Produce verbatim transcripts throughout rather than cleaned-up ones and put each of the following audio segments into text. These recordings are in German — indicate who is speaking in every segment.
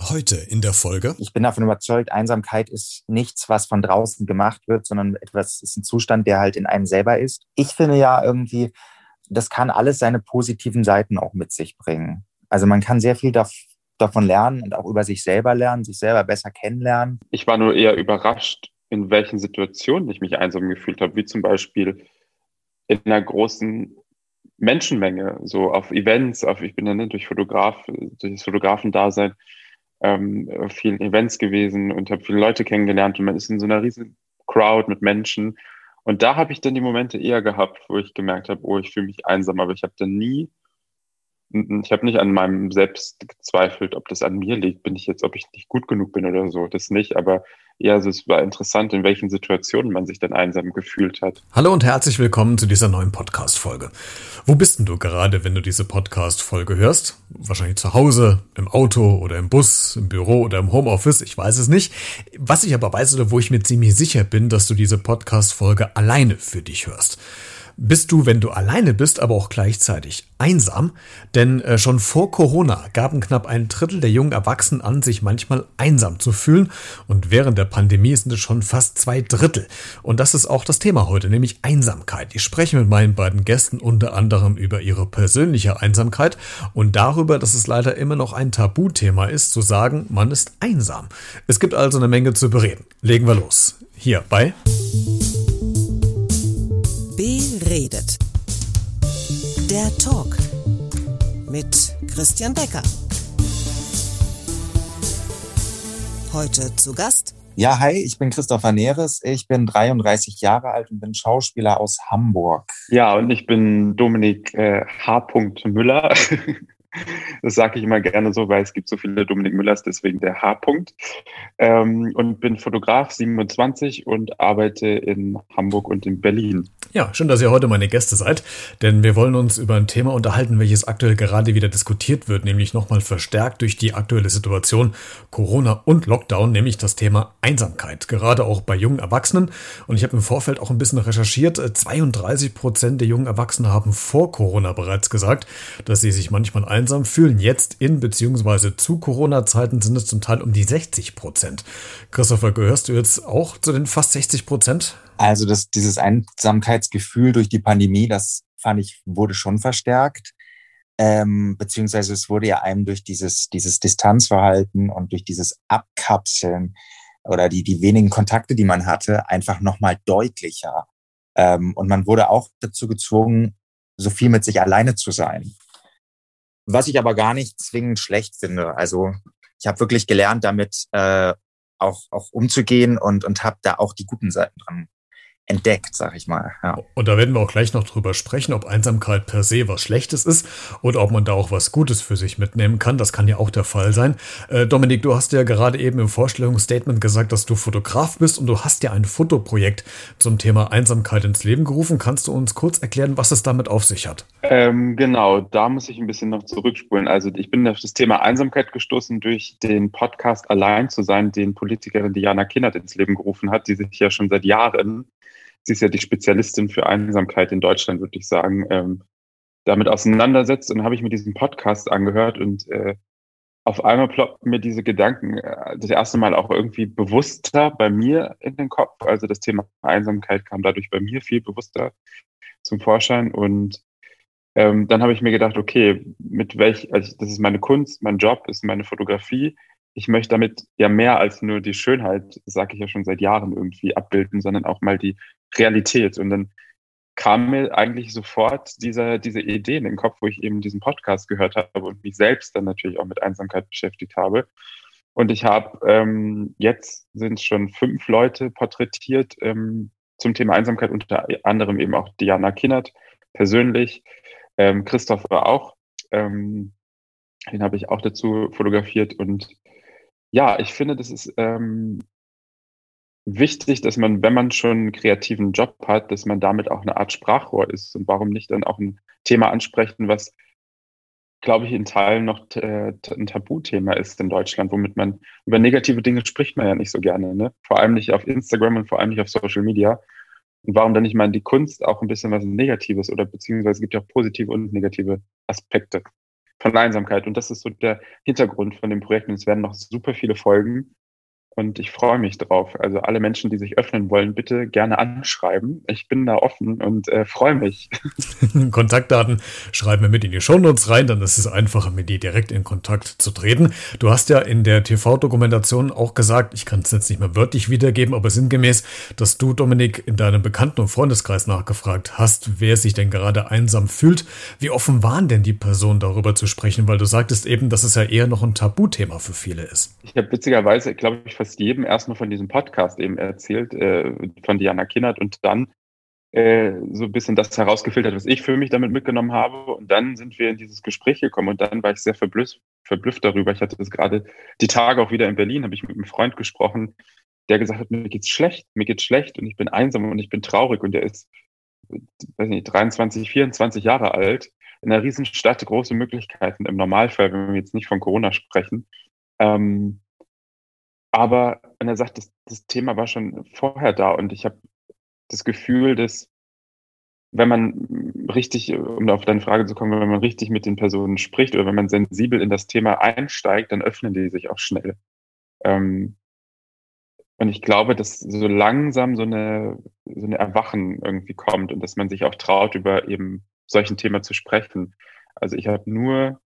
Speaker 1: Heute in der Folge.
Speaker 2: Ich bin davon überzeugt, Einsamkeit ist nichts, was von draußen gemacht wird, sondern etwas ist ein Zustand, der halt in einem selber ist. Ich finde ja irgendwie, das kann alles seine positiven Seiten auch mit sich bringen. Also man kann sehr viel dav- davon lernen und auch über sich selber lernen, sich selber besser kennenlernen.
Speaker 3: Ich war nur eher überrascht, in welchen Situationen ich mich einsam gefühlt habe, wie zum Beispiel in einer großen Menschenmenge, so auf Events, auf, ich bin dann durch Fotograf, durch das Fotografendasein ähm, auf vielen Events gewesen und habe viele Leute kennengelernt und man ist in so einer riesen Crowd mit Menschen und da habe ich dann die Momente eher gehabt, wo ich gemerkt habe, oh, ich fühle mich einsam, aber ich habe dann nie, ich habe nicht an meinem Selbst gezweifelt, ob das an mir liegt, bin ich jetzt, ob ich nicht gut genug bin oder so, das nicht, aber ja, also es war interessant, in welchen Situationen man sich dann einsam gefühlt hat.
Speaker 1: Hallo und herzlich willkommen zu dieser neuen Podcast-Folge. Wo bist denn du gerade, wenn du diese Podcast-Folge hörst? Wahrscheinlich zu Hause, im Auto oder im Bus, im Büro oder im Homeoffice, ich weiß es nicht. Was ich aber weiß oder wo ich mir ziemlich sicher bin, dass du diese Podcast-Folge alleine für dich hörst. Bist du, wenn du alleine bist, aber auch gleichzeitig einsam? Denn äh, schon vor Corona gaben knapp ein Drittel der jungen Erwachsenen an, sich manchmal einsam zu fühlen. Und während der Pandemie sind es schon fast zwei Drittel. Und das ist auch das Thema heute, nämlich Einsamkeit. Ich spreche mit meinen beiden Gästen unter anderem über ihre persönliche Einsamkeit und darüber, dass es leider immer noch ein Tabuthema ist, zu sagen, man ist einsam. Es gibt also eine Menge zu bereden. Legen wir los. Hier bei
Speaker 4: Beredet. Der Talk mit Christian Becker. Heute zu Gast.
Speaker 2: Ja, hi, ich bin Christopher Neres, ich bin dreiunddreißig Jahre alt und bin Schauspieler aus Hamburg.
Speaker 3: Ja, und ich bin Dominik äh, H. Müller. Das sage ich immer gerne so, weil es gibt so viele Dominik Müllers, deswegen der H. Ähm, und bin Fotograf, siebenundzwanzig und arbeite in Hamburg und in Berlin.
Speaker 1: Ja, schön, dass ihr heute meine Gäste seid, denn wir wollen uns über ein Thema unterhalten, welches aktuell gerade wieder diskutiert wird, nämlich nochmal verstärkt durch die aktuelle Situation Corona und Lockdown, nämlich das Thema Einsamkeit, gerade auch bei jungen Erwachsenen. Und ich habe im Vorfeld auch ein bisschen recherchiert, zweiunddreißig Prozent der jungen Erwachsenen haben vor Corona bereits gesagt, dass sie sich manchmal einsam fühlen. Jetzt in bzw. zu Corona-Zeiten sind es zum Teil um die sechzig Prozent. Christopher, gehörst du jetzt auch zu den fast sechzig Prozent?
Speaker 2: Also das, dieses Einsamkeitsgefühl durch die Pandemie, das fand ich, wurde schon verstärkt. Ähm, beziehungsweise es wurde ja einem durch dieses, dieses Distanzverhalten und durch dieses Abkapseln oder die, die wenigen Kontakte, die man hatte, einfach nochmal deutlicher. Ähm, und man wurde auch dazu gezwungen, so viel mit sich alleine zu sein. Was ich aber gar nicht zwingend schlecht finde. Also ich habe wirklich gelernt, damit äh, auch, auch umzugehen und, und habe da auch die guten Seiten dran entdeckt, sag ich mal. Ja.
Speaker 1: Und da werden wir auch gleich noch drüber sprechen, ob Einsamkeit per se was Schlechtes ist oder ob man da auch was Gutes für sich mitnehmen kann. Das kann ja auch der Fall sein. Äh, Dominik, du hast ja gerade eben im Vorstellungsstatement gesagt, dass du Fotograf bist und du hast ja ein Fotoprojekt zum Thema Einsamkeit ins Leben gerufen. Kannst du uns kurz erklären, was es damit auf sich hat?
Speaker 3: Ähm, genau, da muss ich ein bisschen noch zurückspulen. Also ich bin auf das Thema Einsamkeit gestoßen durch den Podcast Allein zu sein, den Politikerin Diana Kinnert ins Leben gerufen hat, die sich ja schon seit Jahren, sie ist ja die Spezialistin für Einsamkeit in Deutschland, würde ich sagen, ähm, damit auseinandersetzt. Und dann habe ich mir diesen Podcast angehört und äh, auf einmal ploppten mir diese Gedanken äh, das erste Mal auch irgendwie bewusster bei mir in den Kopf. Also das Thema Einsamkeit kam dadurch bei mir viel bewusster zum Vorschein. Und ähm, dann habe ich mir gedacht, okay, mit welch, also das ist meine Kunst, mein Job, ist meine Fotografie. Ich möchte damit ja mehr als nur die Schönheit, das sage ich ja schon seit Jahren irgendwie, abbilden, sondern auch mal die Realität. Und dann kam mir eigentlich sofort diese, diese Idee in den Kopf, wo ich eben diesen Podcast gehört habe und mich selbst dann natürlich auch mit Einsamkeit beschäftigt habe. Und ich habe, ähm, jetzt sind es schon fünf Leute porträtiert ähm, zum Thema Einsamkeit, unter anderem eben auch Diana Kinnert persönlich, ähm, Christopher auch, ähm, den habe ich auch dazu fotografiert. Und ja, ich finde, das ist ähm, wichtig, dass man, wenn man schon einen kreativen Job hat, dass man damit auch eine Art Sprachrohr ist. Und warum nicht dann auch ein Thema ansprechen, was, glaube ich, in Teilen noch äh, ein Tabuthema ist in Deutschland, womit man, über negative Dinge spricht man ja nicht so gerne, ne? Vor allem nicht auf Instagram und vor allem nicht auf Social Media. Und warum dann nicht mal in die Kunst auch ein bisschen was Negatives oder beziehungsweise es gibt ja auch positive und negative Aspekte. von Einsamkeit. Und das ist so der Hintergrund von dem Projekt. Und es werden noch super viele Folgen. Und ich freue mich drauf. Also alle Menschen, die sich öffnen wollen, bitte gerne anschreiben. Ich bin da offen und äh, freue mich.
Speaker 1: Kontaktdaten schreiben wir mit in die Shownotes rein, dann ist es einfacher, mit dir direkt in Kontakt zu treten. Du hast ja in der T V-Dokumentation auch gesagt, ich kann es jetzt nicht mehr wörtlich wiedergeben, aber sinngemäß, dass du, Dominik, in deinem Bekannten- und Freundeskreis nachgefragt hast, wer sich denn gerade einsam fühlt. Wie offen waren denn die Personen, darüber zu sprechen? Weil du sagtest eben, dass es ja eher noch ein Tabuthema für viele ist.
Speaker 3: Ich habe witzigerweise, glaube ich, fast jedem erstmal von diesem Podcast eben erzählt, äh, von Diana Kinnert und dann äh, so ein bisschen das herausgefiltert, was ich für mich damit mitgenommen habe. Und dann sind wir in dieses Gespräch gekommen und dann war ich sehr verblüfft, verblüfft darüber. Ich hatte das gerade die Tage auch wieder in Berlin, habe ich mit einem Freund gesprochen, der gesagt hat, mir geht's schlecht, mir geht's schlecht und ich bin einsam und ich bin traurig. Und der ist, weiß nicht, dreiundzwanzig, vierundzwanzig Jahre alt, in einer Riesenstadt, große Möglichkeiten im Normalfall, wenn wir jetzt nicht von Corona sprechen. Ähm, Aber und er sagt, das, das Thema war schon vorher da und ich habe das Gefühl, dass wenn man richtig, um auf deine Frage zu kommen, wenn man richtig mit den Personen spricht oder wenn man sensibel in das Thema einsteigt, dann öffnen die sich auch schnell. Ähm, und ich glaube, dass so langsam so eine, so eine Erwachen irgendwie kommt und dass man sich auch traut, über eben solchen Thema zu sprechen. Also ich habe nur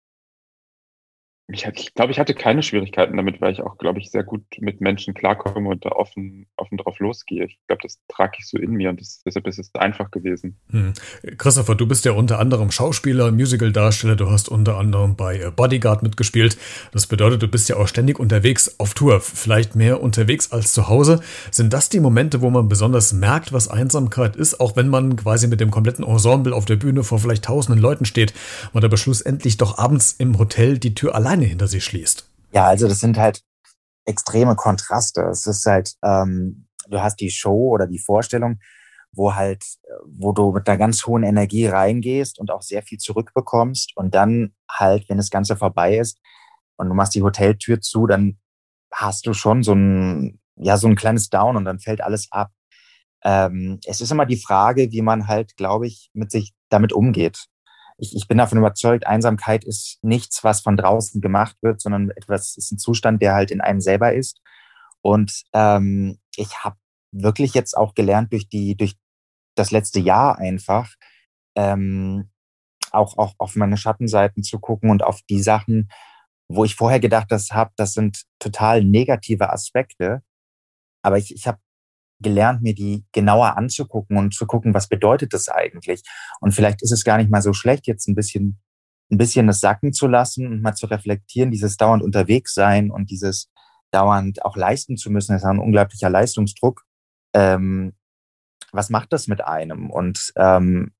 Speaker 3: Ich, hatte- ich glaube, ich hatte keine Schwierigkeiten damit, weil ich auch, glaube ich, sehr gut mit Menschen klarkomme und da offen, offen drauf losgehe. Ich glaube, das trage ich so in mir und das, deshalb ist es einfach gewesen.
Speaker 1: Hm. Christopher, du bist ja unter anderem Schauspieler, Musical-Darsteller, du hast unter anderem bei Bodyguard mitgespielt. Das bedeutet, du bist ja auch ständig unterwegs auf Tour, vielleicht mehr unterwegs als zu Hause. Sind das die Momente, wo man besonders merkt, was Einsamkeit ist, auch wenn man quasi mit dem kompletten Ensemble auf der Bühne vor vielleicht tausenden Leuten steht und aber schlussendlich doch abends im Hotel die Tür alleine hinter sich schließt?
Speaker 2: Ja, also das sind halt extreme Kontraste. Es ist halt, ähm, du hast die Show oder die Vorstellung, wo halt, wo du mit einer ganz hohen Energie reingehst und auch sehr viel zurückbekommst und dann halt, wenn das Ganze vorbei ist und du machst die Hoteltür zu, dann hast du schon so ein, ja, so ein kleines Down und dann fällt alles ab. Ähm, es ist immer die Frage, wie man halt, glaube ich, mit sich damit umgeht. Ich, ich bin davon überzeugt, Einsamkeit ist nichts, was von draußen gemacht wird, sondern etwas ist ein Zustand, der halt in einem selber ist. Und ähm, ich habe wirklich jetzt auch gelernt durch die, durch das letzte Jahr einfach, ähm, auch, auch auf meine Schattenseiten zu gucken und auf die Sachen, wo ich vorher gedacht das habe, das sind total negative Aspekte. Aber ich, ich habe gelernt, mir die genauer anzugucken und zu gucken, was bedeutet das eigentlich? Und vielleicht ist es gar nicht mal so schlecht, jetzt ein bisschen, ein bisschen das sacken zu lassen und mal zu reflektieren, dieses dauernd unterwegs sein und dieses dauernd auch leisten zu müssen. Das ist ein unglaublicher Leistungsdruck. Ähm, was macht das mit einem? Und ähm,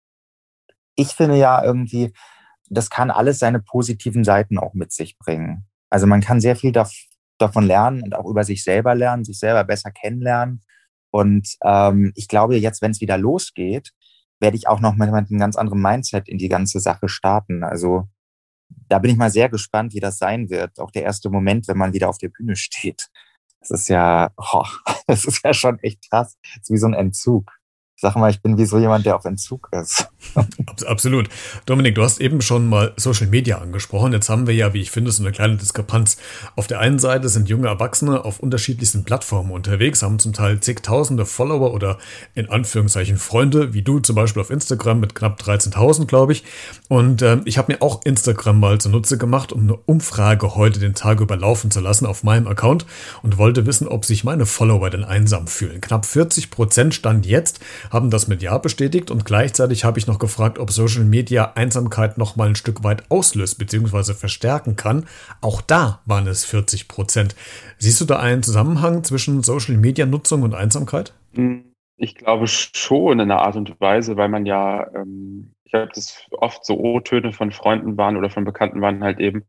Speaker 2: ich finde ja irgendwie, das kann alles seine positiven Seiten auch mit sich bringen. Also man kann sehr viel dav- davon lernen und auch über sich selber lernen, sich selber besser kennenlernen. Und ähm, ich glaube, jetzt, wenn es wieder losgeht, werde ich auch noch mit einem ganz anderen Mindset in die ganze Sache starten. Also da bin ich mal sehr gespannt, wie das sein wird. Auch der erste Moment, wenn man wieder auf der Bühne steht. Das ist ja, oh, das ist ja schon echt krass. Das ist wie so ein Entzug. Ich sag mal, ich bin wie so jemand, der auf Entzug ist.
Speaker 1: Absolut. Dominik, du hast eben schon mal Social Media angesprochen. Jetzt haben wir ja, wie ich finde, so eine kleine Diskrepanz. Auf der einen Seite sind junge Erwachsene auf unterschiedlichsten Plattformen unterwegs, haben zum Teil zigtausende Follower oder in Anführungszeichen Freunde, wie du zum Beispiel auf Instagram mit knapp dreizehntausend, glaube ich. Und äh, ich habe mir auch Instagram mal zunutze gemacht, um eine Umfrage heute den Tag über laufen zu lassen auf meinem Account und wollte wissen, ob sich meine Follower denn einsam fühlen. Knapp vierzig Prozent Stand jetzt haben das mit Ja bestätigt und gleichzeitig habe ich noch gefragt, ob Social Media Einsamkeit noch mal ein Stück weit auslöst bzw. verstärken kann. Auch da waren es vierzig Prozent. Siehst du da einen Zusammenhang zwischen Social Media Nutzung und Einsamkeit?
Speaker 3: Ich glaube schon in einer Art und Weise, weil man ja, ähm, ich habe das oft so O-Töne von Freunden waren oder von Bekannten waren halt eben,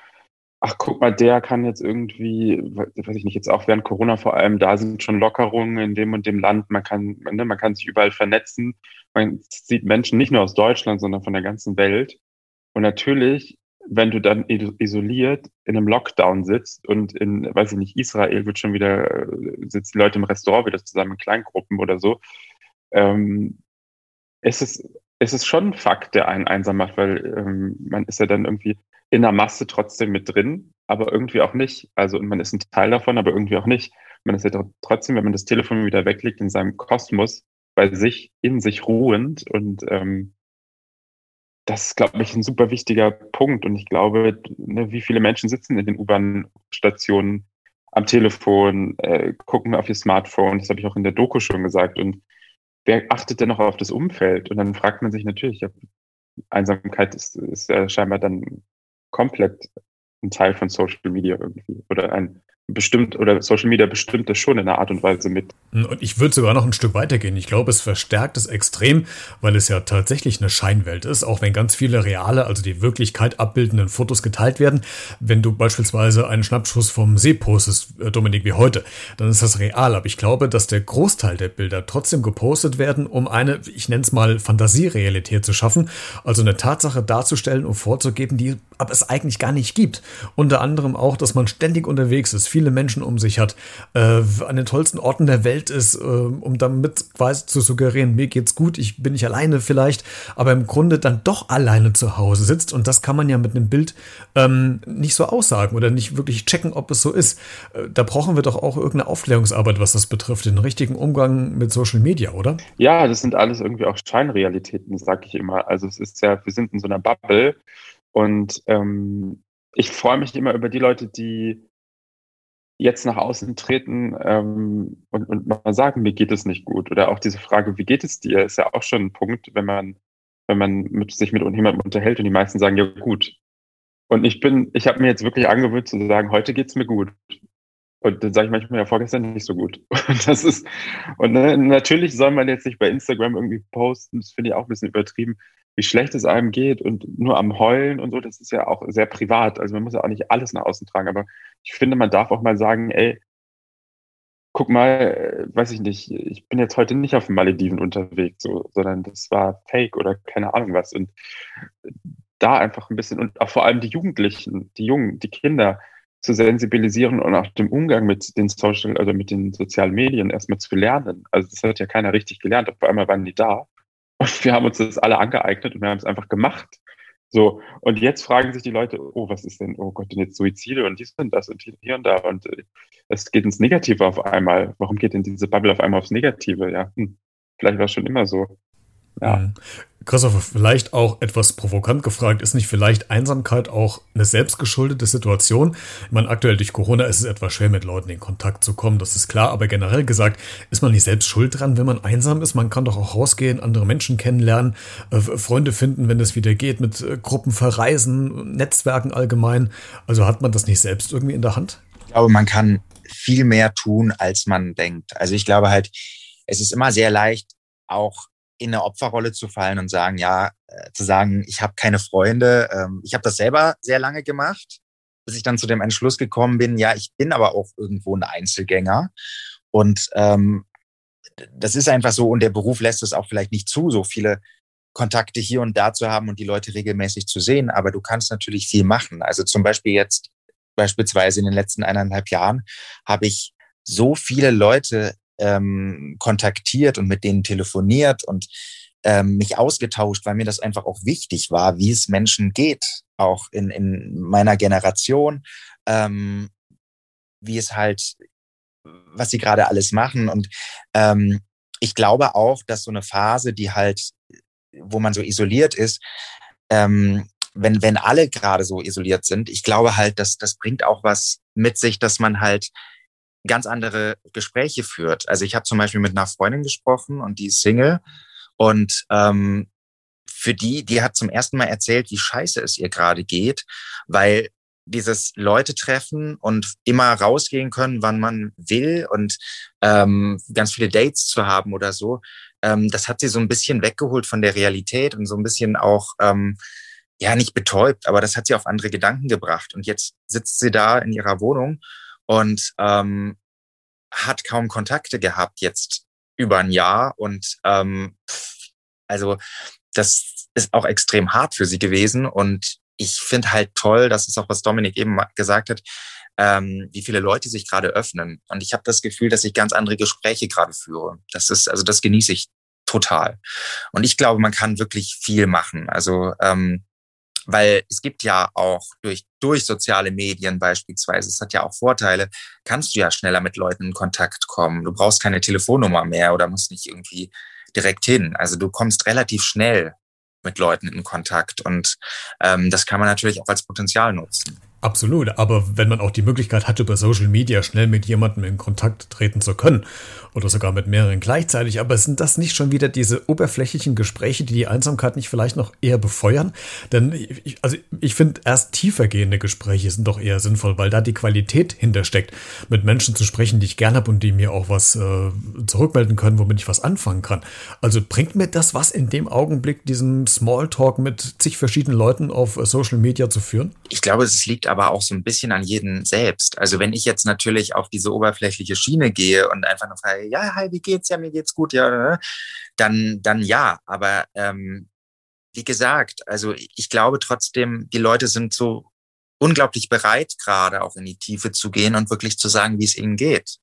Speaker 3: ach, guck mal, der kann jetzt irgendwie, weiß ich nicht, jetzt auch während Corona vor allem, da sind schon Lockerungen in dem und dem Land. Man kann, ne, man kann sich überall vernetzen. Man sieht Menschen nicht nur aus Deutschland, sondern von der ganzen Welt. Und natürlich, wenn du dann isoliert in einem Lockdown sitzt und in, weiß ich nicht, Israel wird schon wieder, sitzen Leute im Restaurant wieder zusammen in Kleingruppen oder so, ähm, es ist, es ist schon ein Fakt, der einen einsam macht, weil ähm, man ist ja dann irgendwie in der Masse trotzdem mit drin, aber irgendwie auch nicht. Also und man ist ein Teil davon, aber irgendwie auch nicht. Man ist ja trotzdem, wenn man das Telefon wieder weglegt, in seinem Kosmos, bei sich, in sich ruhend. Und ähm, das ist, glaube ich, ein super wichtiger Punkt. Und ich glaube, ne, wie viele Menschen sitzen in den U-Bahn-Stationen am Telefon, äh, gucken auf ihr Smartphone, das habe ich auch in der Doku schon gesagt. Und wer achtet denn noch auf das Umfeld? Und dann fragt man sich natürlich, ja, Einsamkeit ist, ist ja scheinbar dann komplett ein Teil von Social Media irgendwie oder ein bestimmt oder Social Media bestimmt das schon in einer Art und Weise mit.
Speaker 1: Und ich würde sogar noch ein Stück weitergehen. Ich glaube, es verstärkt es extrem, weil es ja tatsächlich eine Scheinwelt ist, auch wenn ganz viele reale, also die Wirklichkeit abbildenden Fotos geteilt werden. Wenn du beispielsweise einen Schnappschuss vom See postest, Dominik, wie heute, dann ist das real. Aber ich glaube, dass der Großteil der Bilder trotzdem gepostet werden, um eine, ich nenne es mal, Fantasierealität zu schaffen. Also eine Tatsache darzustellen und vorzugeben, die aber es eigentlich gar nicht gibt. Unter anderem auch, dass man ständig unterwegs ist, viele Menschen um sich hat, äh, an den tollsten Orten der Welt ist, äh, um damit quasi zu suggerieren, mir geht's gut, ich bin nicht alleine vielleicht, aber im Grunde dann doch alleine zu Hause sitzt und das kann man ja mit einem Bild ähm, nicht so aussagen oder nicht wirklich checken, ob es so ist. Äh, da brauchen wir doch auch irgendeine Aufklärungsarbeit, was das betrifft, den richtigen Umgang mit Social Media, oder?
Speaker 3: Ja, das sind alles irgendwie auch Scheinrealitäten, sag ich immer. Also es ist ja, wir sind in so einer Bubble und ähm, ich freue mich immer über die Leute, die jetzt nach außen treten ähm, und, und mal sagen, mir geht es nicht gut. Oder auch diese Frage, wie geht es dir, ist ja auch schon ein Punkt, wenn man, wenn man mit, sich mit jemandem unterhält und die meisten sagen, ja gut. Und ich bin, ich habe mir jetzt wirklich angewöhnt zu sagen, heute geht's mir gut. Und dann sage ich manchmal, ja, vorgestern nicht so gut. Und das ist, und ne, natürlich soll man jetzt nicht bei Instagram irgendwie posten, das finde ich auch ein bisschen übertrieben, wie schlecht es einem geht und nur am Heulen und so, das ist ja auch sehr privat. Also man muss ja auch nicht alles nach außen tragen, aber ich finde, man darf auch mal sagen, ey, guck mal, weiß ich nicht, ich bin jetzt heute nicht auf den Malediven unterwegs, so, sondern das war Fake oder keine Ahnung was. Und da einfach ein bisschen, und auch vor allem die Jugendlichen, die Jungen, die Kinder zu sensibilisieren und auch den Umgang mit den Social, also mit den sozialen Medien erstmal zu lernen. Also das hat ja keiner richtig gelernt, auf einmal waren die da. Und wir haben uns das alle angeeignet und wir haben es einfach gemacht. So, und jetzt fragen sich die Leute, oh, was ist denn, oh Gott, denn jetzt Suizide und dies und das und hier und da und äh, es geht ins Negative auf einmal. Warum geht denn diese Bubble auf einmal aufs Negative? Ja, hm, vielleicht war es schon immer so. Ja.
Speaker 1: Mhm. Christopher, vielleicht auch etwas provokant gefragt, ist nicht vielleicht Einsamkeit auch eine selbstgeschuldete Situation? Ich meine, aktuell durch Corona ist es etwas schwer, mit Leuten in Kontakt zu kommen, das ist klar, aber generell gesagt, ist man nicht selbst schuld dran, wenn man einsam ist? Man kann doch auch rausgehen, andere Menschen kennenlernen, äh, Freunde finden, wenn es wieder geht, mit äh, Gruppen verreisen, Netzwerken allgemein. Also hat man das nicht selbst irgendwie in der Hand?
Speaker 2: Ich glaube, man kann viel mehr tun, als man denkt. Also ich glaube halt, es ist immer sehr leicht, auch in eine Opferrolle zu fallen und sagen, ja, äh, zu sagen, ich habe keine Freunde. Ähm, ich habe das selber sehr lange gemacht, bis ich dann zu dem Entschluss gekommen bin, ja, ich bin aber auch irgendwo ein Einzelgänger. Und ähm, das ist einfach so, und der Beruf lässt es auch vielleicht nicht zu, so viele Kontakte hier und da zu haben und die Leute regelmäßig zu sehen. Aber du kannst natürlich viel machen. Also zum Beispiel jetzt, beispielsweise in den letzten eineinhalb Jahren, habe ich so viele Leute ähm, kontaktiert und mit denen telefoniert und ähm, mich ausgetauscht, weil mir das einfach auch wichtig war, wie es Menschen geht, auch in, in meiner Generation, ähm, wie es halt, was sie gerade alles machen. Und ähm, ich glaube auch, dass so eine Phase, die halt, wo man so isoliert ist, ähm, wenn, wenn alle gerade so isoliert sind, ich glaube halt, dass das bringt auch was mit sich, dass man halt ganz andere Gespräche führt. Also ich habe zum Beispiel mit einer Freundin gesprochen und die ist Single und ähm, für die, die hat zum ersten Mal erzählt, wie scheiße es ihr gerade geht, weil dieses Leute treffen und immer rausgehen können, wann man will und ähm, ganz viele Dates zu haben oder so, ähm, das hat sie so ein bisschen weggeholt von der Realität und so ein bisschen auch, ähm, ja, nicht betäubt, aber das hat sie auf andere Gedanken gebracht. Und jetzt sitzt sie da in ihrer Wohnung und ähm, hat kaum Kontakte gehabt jetzt über ein Jahr. Und ähm, also das ist auch extrem hart für sie gewesen. Und ich finde halt toll, das ist auch, was Dominik eben gesagt hat, ähm, wie viele Leute sich gerade öffnen. Und ich habe das Gefühl, dass ich ganz andere Gespräche gerade führe. Das ist, also das genieße ich total. Und ich glaube, man kann wirklich viel machen. Also ähm, weil es gibt ja auch durch, durch soziale Medien beispielsweise, es hat ja auch Vorteile, kannst du ja schneller mit Leuten in Kontakt kommen. Du brauchst keine Telefonnummer mehr oder musst nicht irgendwie direkt hin. Also du kommst relativ schnell mit Leuten in Kontakt und ähm, das kann man natürlich auch als Potenzial nutzen.
Speaker 1: Absolut, aber wenn man auch die Möglichkeit hat, über Social Media schnell mit jemandem in Kontakt treten zu können oder sogar mit mehreren gleichzeitig, aber sind das nicht schon wieder diese oberflächlichen Gespräche, die die Einsamkeit nicht vielleicht noch eher befeuern? Denn ich, also ich finde, erst tiefergehende Gespräche sind doch eher sinnvoll, weil da die Qualität hintersteckt, mit Menschen zu sprechen, die ich gern habe und die mir auch was äh, zurückmelden können, womit ich was anfangen kann. Also bringt mir das was in dem Augenblick, diesen Smalltalk mit zig verschiedenen Leuten auf Social Media zu führen?
Speaker 2: Ich glaube, es liegt aber auch so ein bisschen an jedem selbst. Also wenn ich jetzt natürlich auf diese oberflächliche Schiene gehe und einfach nur frage, ja, hi, wie geht's? Ja, mir geht's gut, ja, dann, dann ja. Aber ähm, wie gesagt, also ich glaube trotzdem, die Leute sind so unglaublich bereit, gerade auch in die Tiefe zu gehen und wirklich zu sagen, wie es ihnen geht.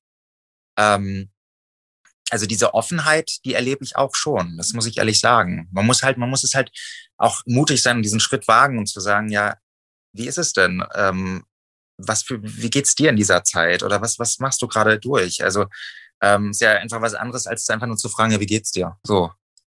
Speaker 2: Ähm, also diese Offenheit, die erlebe ich auch schon. Das muss ich ehrlich sagen. Man muss halt, man muss es halt auch mutig sein und diesen Schritt wagen und zu sagen, ja, wie ist es denn? Ähm, was für, wie geht's dir in dieser Zeit? Oder was, was machst du gerade durch? Also, ähm, ist ja einfach was anderes, als einfach nur zu fragen, ja, wie geht's dir? So.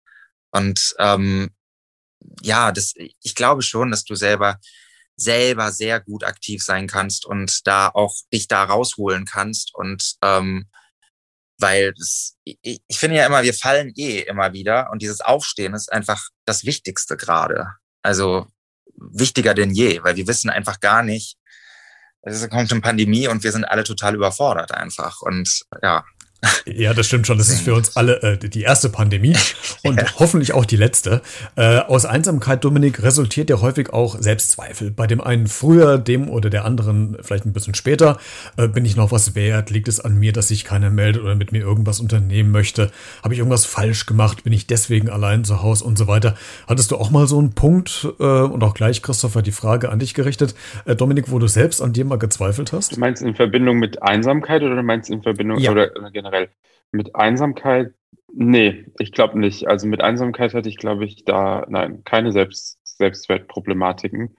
Speaker 2: Und, ähm, ja, das, ich glaube schon, dass du selber, selber sehr gut aktiv sein kannst und da auch dich da rausholen kannst. Und, ähm, weil das, ich, ich finde ja immer, wir fallen eh immer wieder und dieses Aufstehen ist einfach das Wichtigste gerade. Also, wichtiger denn je, weil wir wissen einfach gar nicht, es kommt eine Pandemie und wir sind alle total überfordert einfach und ja.
Speaker 1: Ja, das stimmt schon. Das ist für uns alle äh, die erste Pandemie und ja. hoffentlich auch die letzte. Äh, aus Einsamkeit, Dominik, resultiert ja häufig auch Selbstzweifel. Bei dem einen früher, dem oder der anderen vielleicht ein bisschen später. Äh, bin ich noch was wert? Liegt es an mir, dass sich keiner meldet oder mit mir irgendwas unternehmen möchte? Habe ich irgendwas falsch gemacht? Bin ich deswegen allein zu Hause und so weiter? Hattest du auch mal so einen Punkt äh, und auch gleich, Christopher, die Frage an dich gerichtet, äh, Dominik, wo du selbst an dir mal gezweifelt hast?
Speaker 3: Du meinst in Verbindung mit Einsamkeit oder du meinst in Verbindung
Speaker 1: ja.
Speaker 3: oder, oder generell? Mit Einsamkeit, nee, ich glaube nicht. Also mit Einsamkeit hatte ich, glaube ich, da, nein, keine Selbst, Selbstwertproblematiken.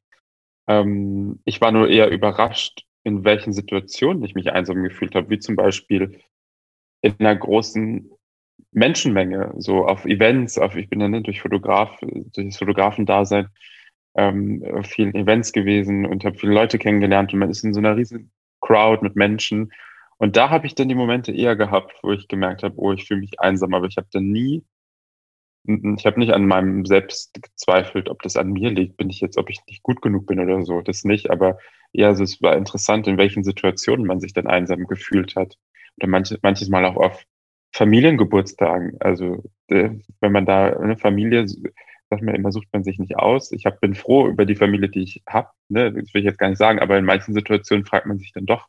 Speaker 3: Ähm, ich war nur eher überrascht, in welchen Situationen ich mich einsam gefühlt habe, wie zum Beispiel in einer großen Menschenmenge, so auf Events, auf, ich bin ja nicht durch Fotograf, durch das Fotografendasein ähm, auf vielen Events gewesen und habe viele Leute kennengelernt und man ist in so einer riesigen Crowd mit Menschen. Und da habe ich dann die Momente eher gehabt, wo ich gemerkt habe, oh, ich fühle mich einsam, aber ich habe dann nie, ich habe nicht an meinem Selbst gezweifelt, ob das an mir liegt, bin ich jetzt, ob ich nicht gut genug bin oder so, das nicht, aber eher, also es war interessant, in welchen Situationen man sich dann einsam gefühlt hat. Oder manches, manches Mal auch auf Familiengeburtstagen, also wenn man da eine Familie, sagt man immer, sucht man sich nicht aus. Ich hab, bin froh über die Familie, die ich habe, ne? Das will ich jetzt gar nicht sagen, aber in manchen Situationen fragt man sich dann doch,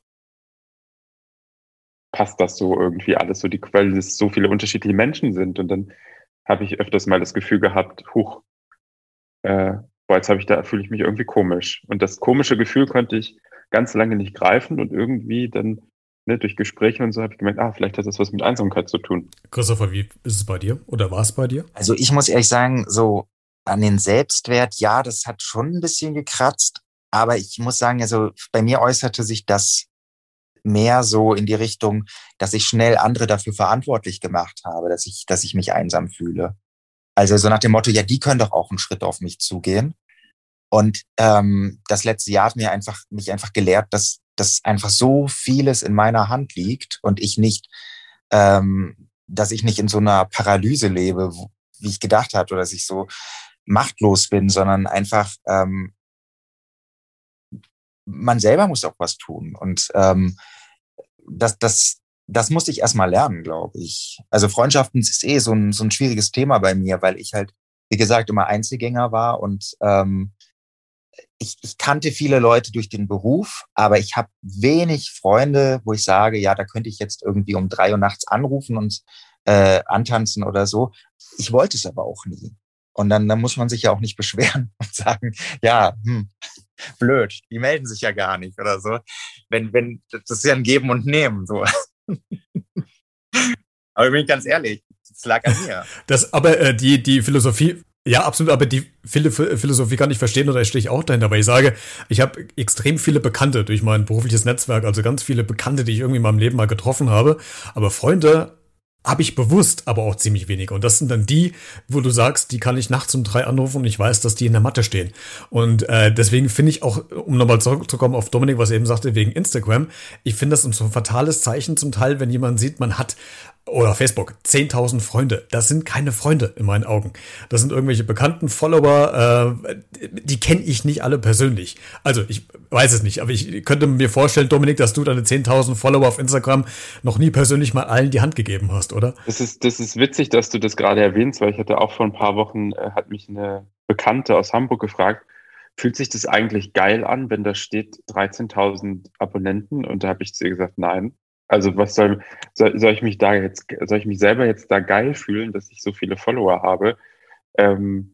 Speaker 3: passt das so irgendwie alles so, die, weil es so viele unterschiedliche Menschen sind. Und dann habe ich öfters mal das Gefühl gehabt, huch, äh, boah, jetzt habe ich da, fühle ich mich irgendwie komisch. Und das komische Gefühl konnte ich ganz lange nicht greifen und irgendwie dann, ne, durch Gespräche und so habe ich gemerkt, ah, vielleicht hat das was mit Einsamkeit zu tun.
Speaker 1: Christopher, wie ist es bei dir? Oder war es bei dir?
Speaker 2: Also ich muss ehrlich sagen, so an den Selbstwert, ja, das hat schon ein bisschen gekratzt. Aber ich muss sagen, also bei mir äußerte sich das mehr so in die Richtung, dass ich schnell andere dafür verantwortlich gemacht habe, dass ich, dass ich mich einsam fühle. Also so nach dem Motto, ja, die können doch auch einen Schritt auf mich zugehen. Und ähm, das letzte Jahr hat mir einfach, mich einfach gelehrt, dass, dass einfach so vieles in meiner Hand liegt und ich nicht, ähm, dass ich nicht in so einer Paralyse lebe, wo, wie ich gedacht habe, oder dass ich so machtlos bin, sondern einfach ähm, man selber muss auch was tun. Und ähm, das, das, das musste ich erstmal lernen, glaube ich. Also Freundschaften ist eh so ein, so ein schwieriges Thema bei mir, weil ich halt, wie gesagt, immer Einzelgänger war und ähm, ich, ich kannte viele Leute durch den Beruf, aber ich habe wenig Freunde, wo ich sage, ja, da könnte ich jetzt irgendwie um drei Uhr nachts anrufen und äh, antanzen oder so. Ich wollte es aber auch nie. Und dann, dann muss man sich ja auch nicht beschweren und sagen, ja, hm, blöd, die melden sich ja gar nicht oder so. Wenn, wenn, das ist ja ein Geben und Nehmen, so. Aber bin ich ganz ehrlich, das lag an mir.
Speaker 1: Das, aber äh, die, die Philosophie Ja, absolut, aber die Philosophie kann ich verstehen und da stehe ich auch dahinter, weil ich sage, ich habe extrem viele Bekannte durch mein berufliches Netzwerk, also ganz viele Bekannte, die ich irgendwie in meinem Leben mal getroffen habe, aber Freunde habe ich bewusst, aber auch ziemlich wenige. Und das sind dann die, wo du sagst, die kann ich nachts um drei anrufen und ich weiß, dass die in der Matte stehen. Und äh, deswegen finde ich auch, um nochmal zurückzukommen auf Dominik, was er eben sagte, wegen Instagram, ich finde das so ein fatales Zeichen zum Teil, wenn jemand sieht, man hat, oder Facebook, zehntausend Freunde. Das sind keine Freunde in meinen Augen. Das sind irgendwelche bekannten Follower, äh, die kenne ich nicht alle persönlich. Also ich weiß es nicht, aber ich könnte mir vorstellen, Dominik, dass du deine zehntausend Follower auf Instagram noch nie persönlich mal allen die Hand gegeben hast, oder?
Speaker 3: Das ist, das ist witzig, dass du das gerade erwähnst, weil ich hatte auch vor ein paar Wochen, äh, hat mich eine Bekannte aus Hamburg gefragt, fühlt sich das eigentlich geil an, wenn da steht dreizehntausend Abonnenten? Und da habe ich zu ihr gesagt, nein. Also was soll, soll, soll ich mich da jetzt, soll ich mich selber jetzt da geil fühlen, dass ich so viele Follower habe? Ähm,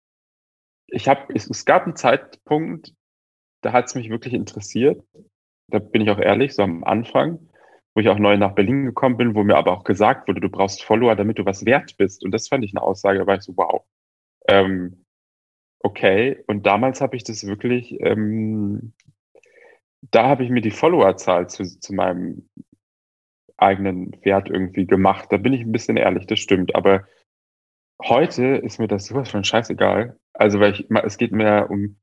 Speaker 3: ich habe, es, es gab einen Zeitpunkt, da hat es mich wirklich interessiert. Da bin ich auch ehrlich, so am Anfang, wo ich auch neu nach Berlin gekommen bin, wo mir aber auch gesagt wurde, du brauchst Follower, damit du was wert bist. Und das fand ich eine Aussage, da war ich so, wow. Ähm, okay. Und damals habe ich das wirklich, ähm, da habe ich mir die Followerzahl zu, zu meinem eigenen Wert irgendwie gemacht. Da bin ich ein bisschen ehrlich, das stimmt. Aber heute ist mir das sowas von scheißegal. Also, weil ich, es geht mir um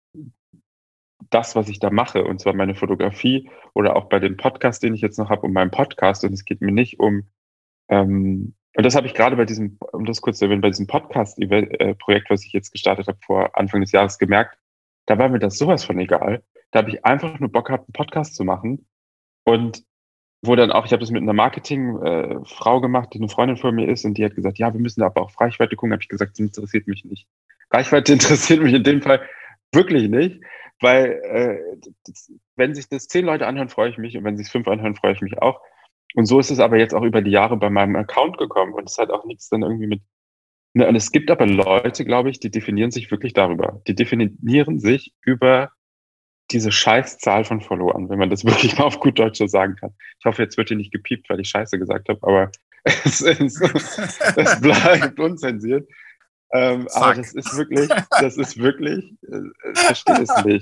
Speaker 3: das, was ich da mache, und zwar meine Fotografie oder auch bei dem Podcast, den ich jetzt noch habe, um meinen Podcast. Und es geht mir nicht um, ähm, und das habe ich gerade bei diesem, um das kurz zu erwähnen, bei diesem Podcast-Projekt, was ich jetzt gestartet habe vor Anfang des Jahres, gemerkt, da war mir das sowas von egal. Da habe ich einfach nur Bock gehabt, einen Podcast zu machen. Und wo dann auch, ich habe das mit einer Marketingfrau äh, gemacht, die eine Freundin von mir ist, und die hat gesagt, ja, wir müssen aber auf Reichweite gucken. Habe ich gesagt, das interessiert mich nicht. Reichweite interessiert mich in dem Fall wirklich nicht, weil äh, das, wenn sich das zehn Leute anhören, freue ich mich, und wenn sich fünf anhören, freue ich mich auch. Und so ist es aber jetzt auch über die Jahre bei meinem Account gekommen, und es hat auch nichts dann irgendwie mit, ne, und es gibt aber Leute, glaube ich, die definieren sich wirklich darüber. Die definieren sich über diese Scheißzahl von Followern, wenn man das wirklich mal auf gut Deutsch so sagen kann. Ich hoffe, jetzt wird hier nicht gepiept, weil ich Scheiße gesagt habe, aber es, ist, es bleibt unzensiert. Ähm, aber das ist wirklich, das ist wirklich, äh, ich verstehe es nicht.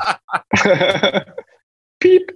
Speaker 3: Piep.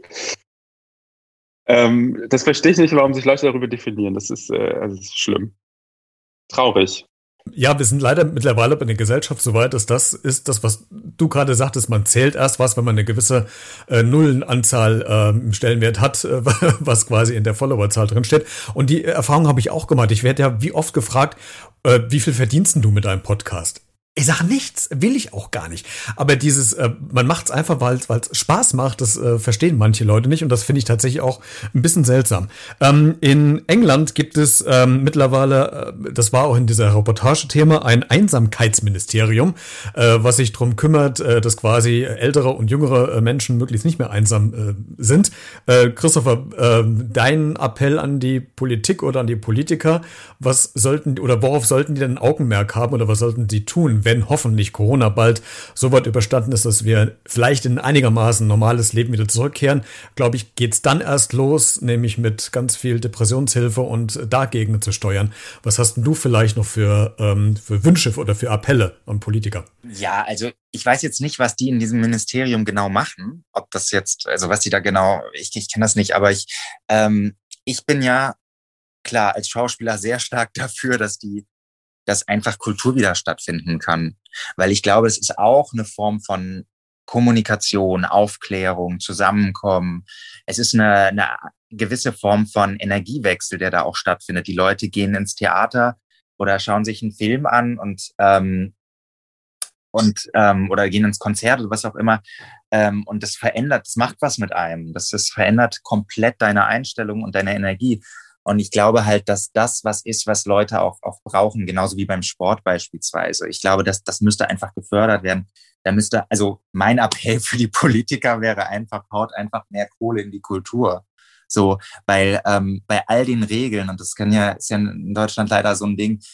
Speaker 3: Ähm, das verstehe ich nicht, warum sich Leute darüber definieren. Das ist, äh, also das ist schlimm. Traurig.
Speaker 1: Ja, wir sind leider mittlerweile bei der Gesellschaft so weit, dass das ist das, was du gerade sagtest, man zählt erst was, wenn man eine gewisse äh, Nullenanzahl äh, im Stellenwert hat, äh, was quasi in der Followerzahl drin steht. Und die Erfahrung habe ich auch gemacht. Ich werde ja wie oft gefragt, äh, wie viel verdienst denn du mit deinem Podcast? Ich sage nichts, will ich auch gar nicht. Aber dieses, äh, man macht es einfach, weil es Spaß macht, das äh, verstehen manche Leute nicht, und das finde ich tatsächlich auch ein bisschen seltsam. Ähm, in England gibt es ähm, mittlerweile, äh, das war auch in dieser Reportage-Thema, ein Einsamkeitsministerium, äh, was sich darum kümmert, äh, dass quasi ältere und jüngere äh, Menschen möglichst nicht mehr einsam äh, sind. Äh, Christopher, äh, dein Appell an die Politik oder an die Politiker, was sollten oder worauf sollten die denn ein Augenmerk haben oder was sollten sie tun, wenn hoffentlich Corona bald so weit überstanden ist, dass wir vielleicht in einigermaßen normales Leben wieder zurückkehren, glaube ich, geht's dann erst los, nämlich mit ganz viel Depressionshilfe und dagegen zu steuern. Was hast denn du vielleicht noch für, ähm, für Wünsche oder für Appelle an Politiker?
Speaker 2: Ja, also ich weiß jetzt nicht, was die in diesem Ministerium genau machen, ob das jetzt, also was die da genau, ich, ich kenne das nicht, aber ich, ähm, ich bin ja klar als Schauspieler sehr stark dafür, dass die dass einfach Kultur wieder stattfinden kann. Weil ich glaube, es ist auch eine Form von Kommunikation, Aufklärung, Zusammenkommen. Es ist eine, eine gewisse Form von Energiewechsel, der da auch stattfindet. Die Leute gehen ins Theater oder schauen sich einen Film an und, ähm, und ähm, oder gehen ins Konzert oder was auch immer. Ähm, und das verändert, das macht was mit einem. Das, das verändert komplett deine Einstellung und deine Energie. Und ich glaube halt, dass das was ist, was Leute auch, auch brauchen, genauso wie beim Sport beispielsweise. Ich glaube, dass das müsste einfach gefördert werden. Da müsste, also mein Appell für die Politiker wäre einfach, haut einfach mehr Kohle in die Kultur. So, weil ähm, bei all den Regeln, und das kann ja, ist ja in Deutschland leider so ein Ding,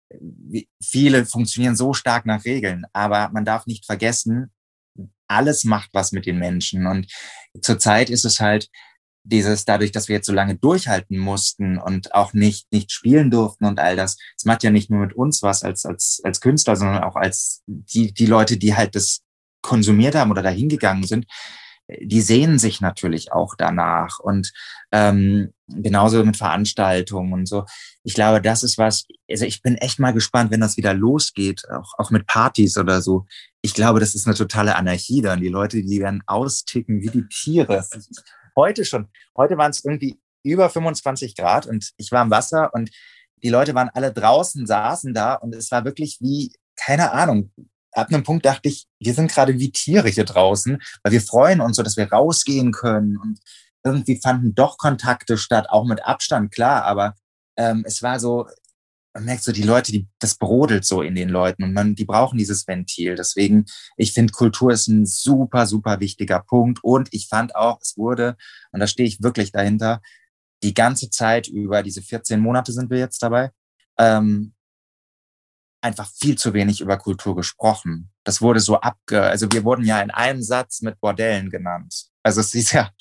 Speaker 2: viele funktionieren so stark nach Regeln, aber man darf nicht vergessen, alles macht was mit den Menschen. Und zurzeit ist es halt, dieses, dadurch, dass wir jetzt so lange durchhalten mussten und auch nicht, nicht spielen durften und all das, das macht ja nicht nur mit uns was als, als, als Künstler, sondern auch als die, die Leute, die halt das konsumiert haben oder dahin gegangen sind, die sehnen sich natürlich auch danach und ähm, genauso mit Veranstaltungen und so. Ich glaube, das ist was, also ich bin echt mal gespannt, wenn das wieder losgeht, auch, auch mit Partys oder so. Ich glaube, das ist eine totale Anarchie dann. Die Leute, die werden austicken wie die Tiere. Heute schon, heute waren es irgendwie über fünfundzwanzig Grad und ich war im Wasser und die Leute waren alle draußen, saßen da und es war wirklich wie, keine Ahnung, ab einem Punkt dachte ich, wir sind gerade wie Tiere hier draußen, weil wir freuen uns so, dass wir rausgehen können und irgendwie fanden doch Kontakte statt, auch mit Abstand, klar, aber ähm, es war so, man merkt so, die Leute, die, das brodelt so in den Leuten und man, die brauchen dieses Ventil. Deswegen, ich finde, Kultur ist ein super, super wichtiger Punkt und ich fand auch, es wurde, und da stehe ich wirklich dahinter, die ganze Zeit über, diese vierzehn Monate sind wir jetzt dabei, ähm, einfach viel zu wenig über Kultur gesprochen. Das wurde so abge... Also wir wurden ja in einem Satz mit Bordellen genannt. Also es ist ja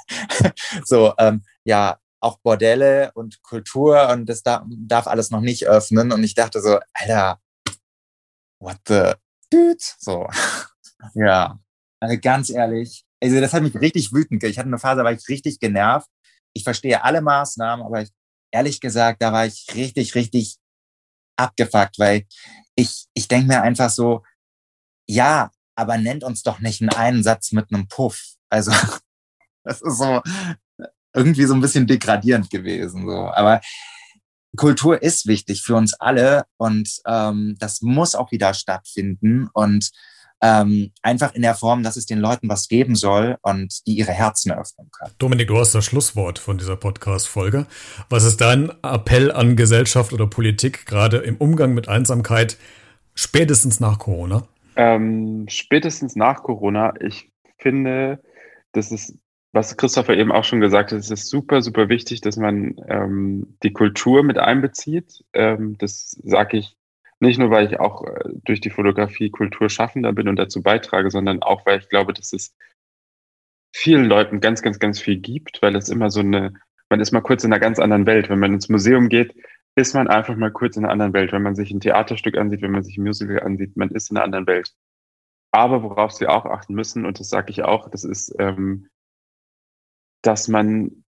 Speaker 2: so, ähm, ja, auch Bordelle und Kultur und das darf, darf alles noch nicht öffnen. Und ich dachte so, Alter, what the dude? So, ja, also ganz ehrlich, also das hat mich richtig wütend. Ich hatte eine Phase, da war ich richtig genervt. Ich verstehe alle Maßnahmen, aber ich, ehrlich gesagt, da war ich richtig, richtig abgefuckt, weil ich, ich denke mir einfach so, ja, aber nennt uns doch nicht in einen Satz mit einem Puff. Also das ist so irgendwie so ein bisschen degradierend gewesen. So. Aber Kultur ist wichtig für uns alle und ähm, das muss auch wieder stattfinden und ähm, einfach in der Form, dass es den Leuten was geben soll und die ihre Herzen öffnen können.
Speaker 1: Dominik, du hast das Schlusswort von dieser Podcast-Folge. Was ist dein Appell an Gesellschaft oder Politik, gerade im Umgang mit Einsamkeit, spätestens nach Corona?
Speaker 3: Ähm, spätestens nach Corona, ich finde, das ist, was Christopher eben auch schon gesagt hat, es ist super, super wichtig, dass man ähm, die Kultur mit einbezieht. Ähm, das sage ich nicht nur, weil ich auch äh, durch die Fotografie Kulturschaffender bin und dazu beitrage, sondern auch, weil ich glaube, dass es vielen Leuten ganz, ganz, ganz viel gibt, weil es immer so eine, man ist mal kurz in einer ganz anderen Welt. Wenn man ins Museum geht, ist man einfach mal kurz in einer anderen Welt. Wenn man sich ein Theaterstück ansieht, wenn man sich ein Musical ansieht, man ist in einer anderen Welt. Aber worauf sie auch achten müssen, und das sage ich auch, das ist, ähm, dass man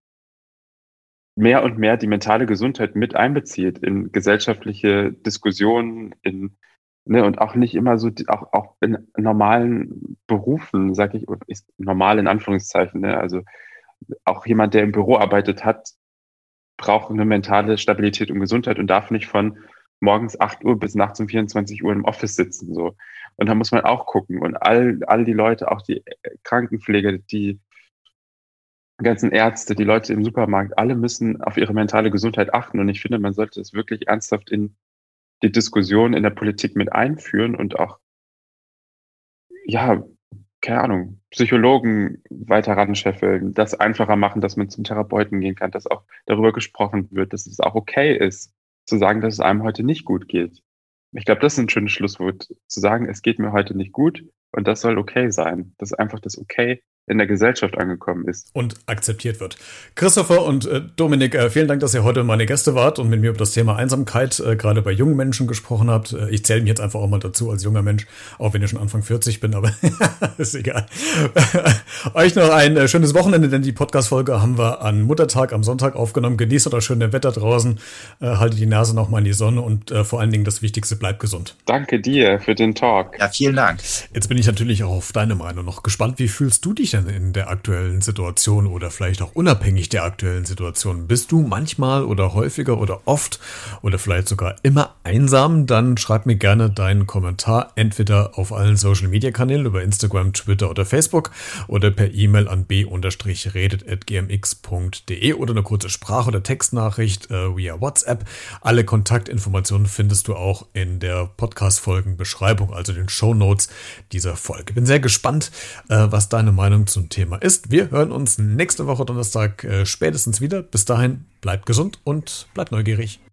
Speaker 3: mehr und mehr die mentale Gesundheit mit einbezieht in gesellschaftliche Diskussionen, in, ne, und auch nicht immer so, auch, auch in normalen Berufen, sage ich, ist normal in Anführungszeichen, ne, also auch jemand, der im Büro arbeitet hat, braucht eine mentale Stabilität und Gesundheit und darf nicht von morgens acht Uhr bis nachts um vierundzwanzig Uhr im Office sitzen, so. Und da muss man auch gucken und all, all die Leute, auch die Krankenpfleger, die ganzen Ärzte, die Leute im Supermarkt, alle müssen auf ihre mentale Gesundheit achten. Und ich finde, man sollte es wirklich ernsthaft in die Diskussion in der Politik mit einführen und auch, ja, keine Ahnung, Psychologen weiter ranscheffeln, das einfacher machen, dass man zum Therapeuten gehen kann, dass auch darüber gesprochen wird, dass es auch okay ist, zu sagen, dass es einem heute nicht gut geht. Ich glaube, das ist ein schönes Schlusswort, zu sagen, es geht mir heute nicht gut und das soll okay sein. Dass einfach das Okay in der Gesellschaft angekommen ist.
Speaker 1: Und akzeptiert wird. Christopher und äh, Dominik, äh, vielen Dank, dass ihr heute meine Gäste wart und mit mir über das Thema Einsamkeit äh, gerade bei jungen Menschen gesprochen habt. Äh, ich zähle mich jetzt einfach auch mal dazu als junger Mensch, auch wenn ich schon Anfang vierzig bin, aber ist egal. Euch noch ein äh, schönes Wochenende, denn die Podcast-Folge haben wir an Muttertag am Sonntag aufgenommen. Genießt das schöne Wetter draußen, äh, haltet die Nase noch mal in die Sonne und äh, vor allen Dingen das Wichtigste, bleibt gesund.
Speaker 3: Danke dir für den Talk.
Speaker 2: Ja, vielen Dank.
Speaker 1: Jetzt bin ich natürlich auch auf deine Meinung noch gespannt. Wie fühlst du dich denn in der aktuellen Situation oder vielleicht auch unabhängig der aktuellen Situation? Bist du manchmal oder häufiger oder oft oder vielleicht sogar immer einsam? Dann schreib mir gerne deinen Kommentar entweder auf allen Social-Media-Kanälen über Instagram, Twitter oder Facebook oder per E-Mail an b redet at g m x punkt d e oder eine kurze Sprach- oder Textnachricht äh, via WhatsApp. Alle Kontaktinformationen findest du auch in der Podcast-Folgenbeschreibung, also den Shownotes dieser Folge. Bin sehr gespannt, äh, was deine Meinung zum Thema ist. Wir hören uns nächste Woche Donnerstag äh, spätestens wieder. Bis dahin, bleibt gesund und bleibt neugierig.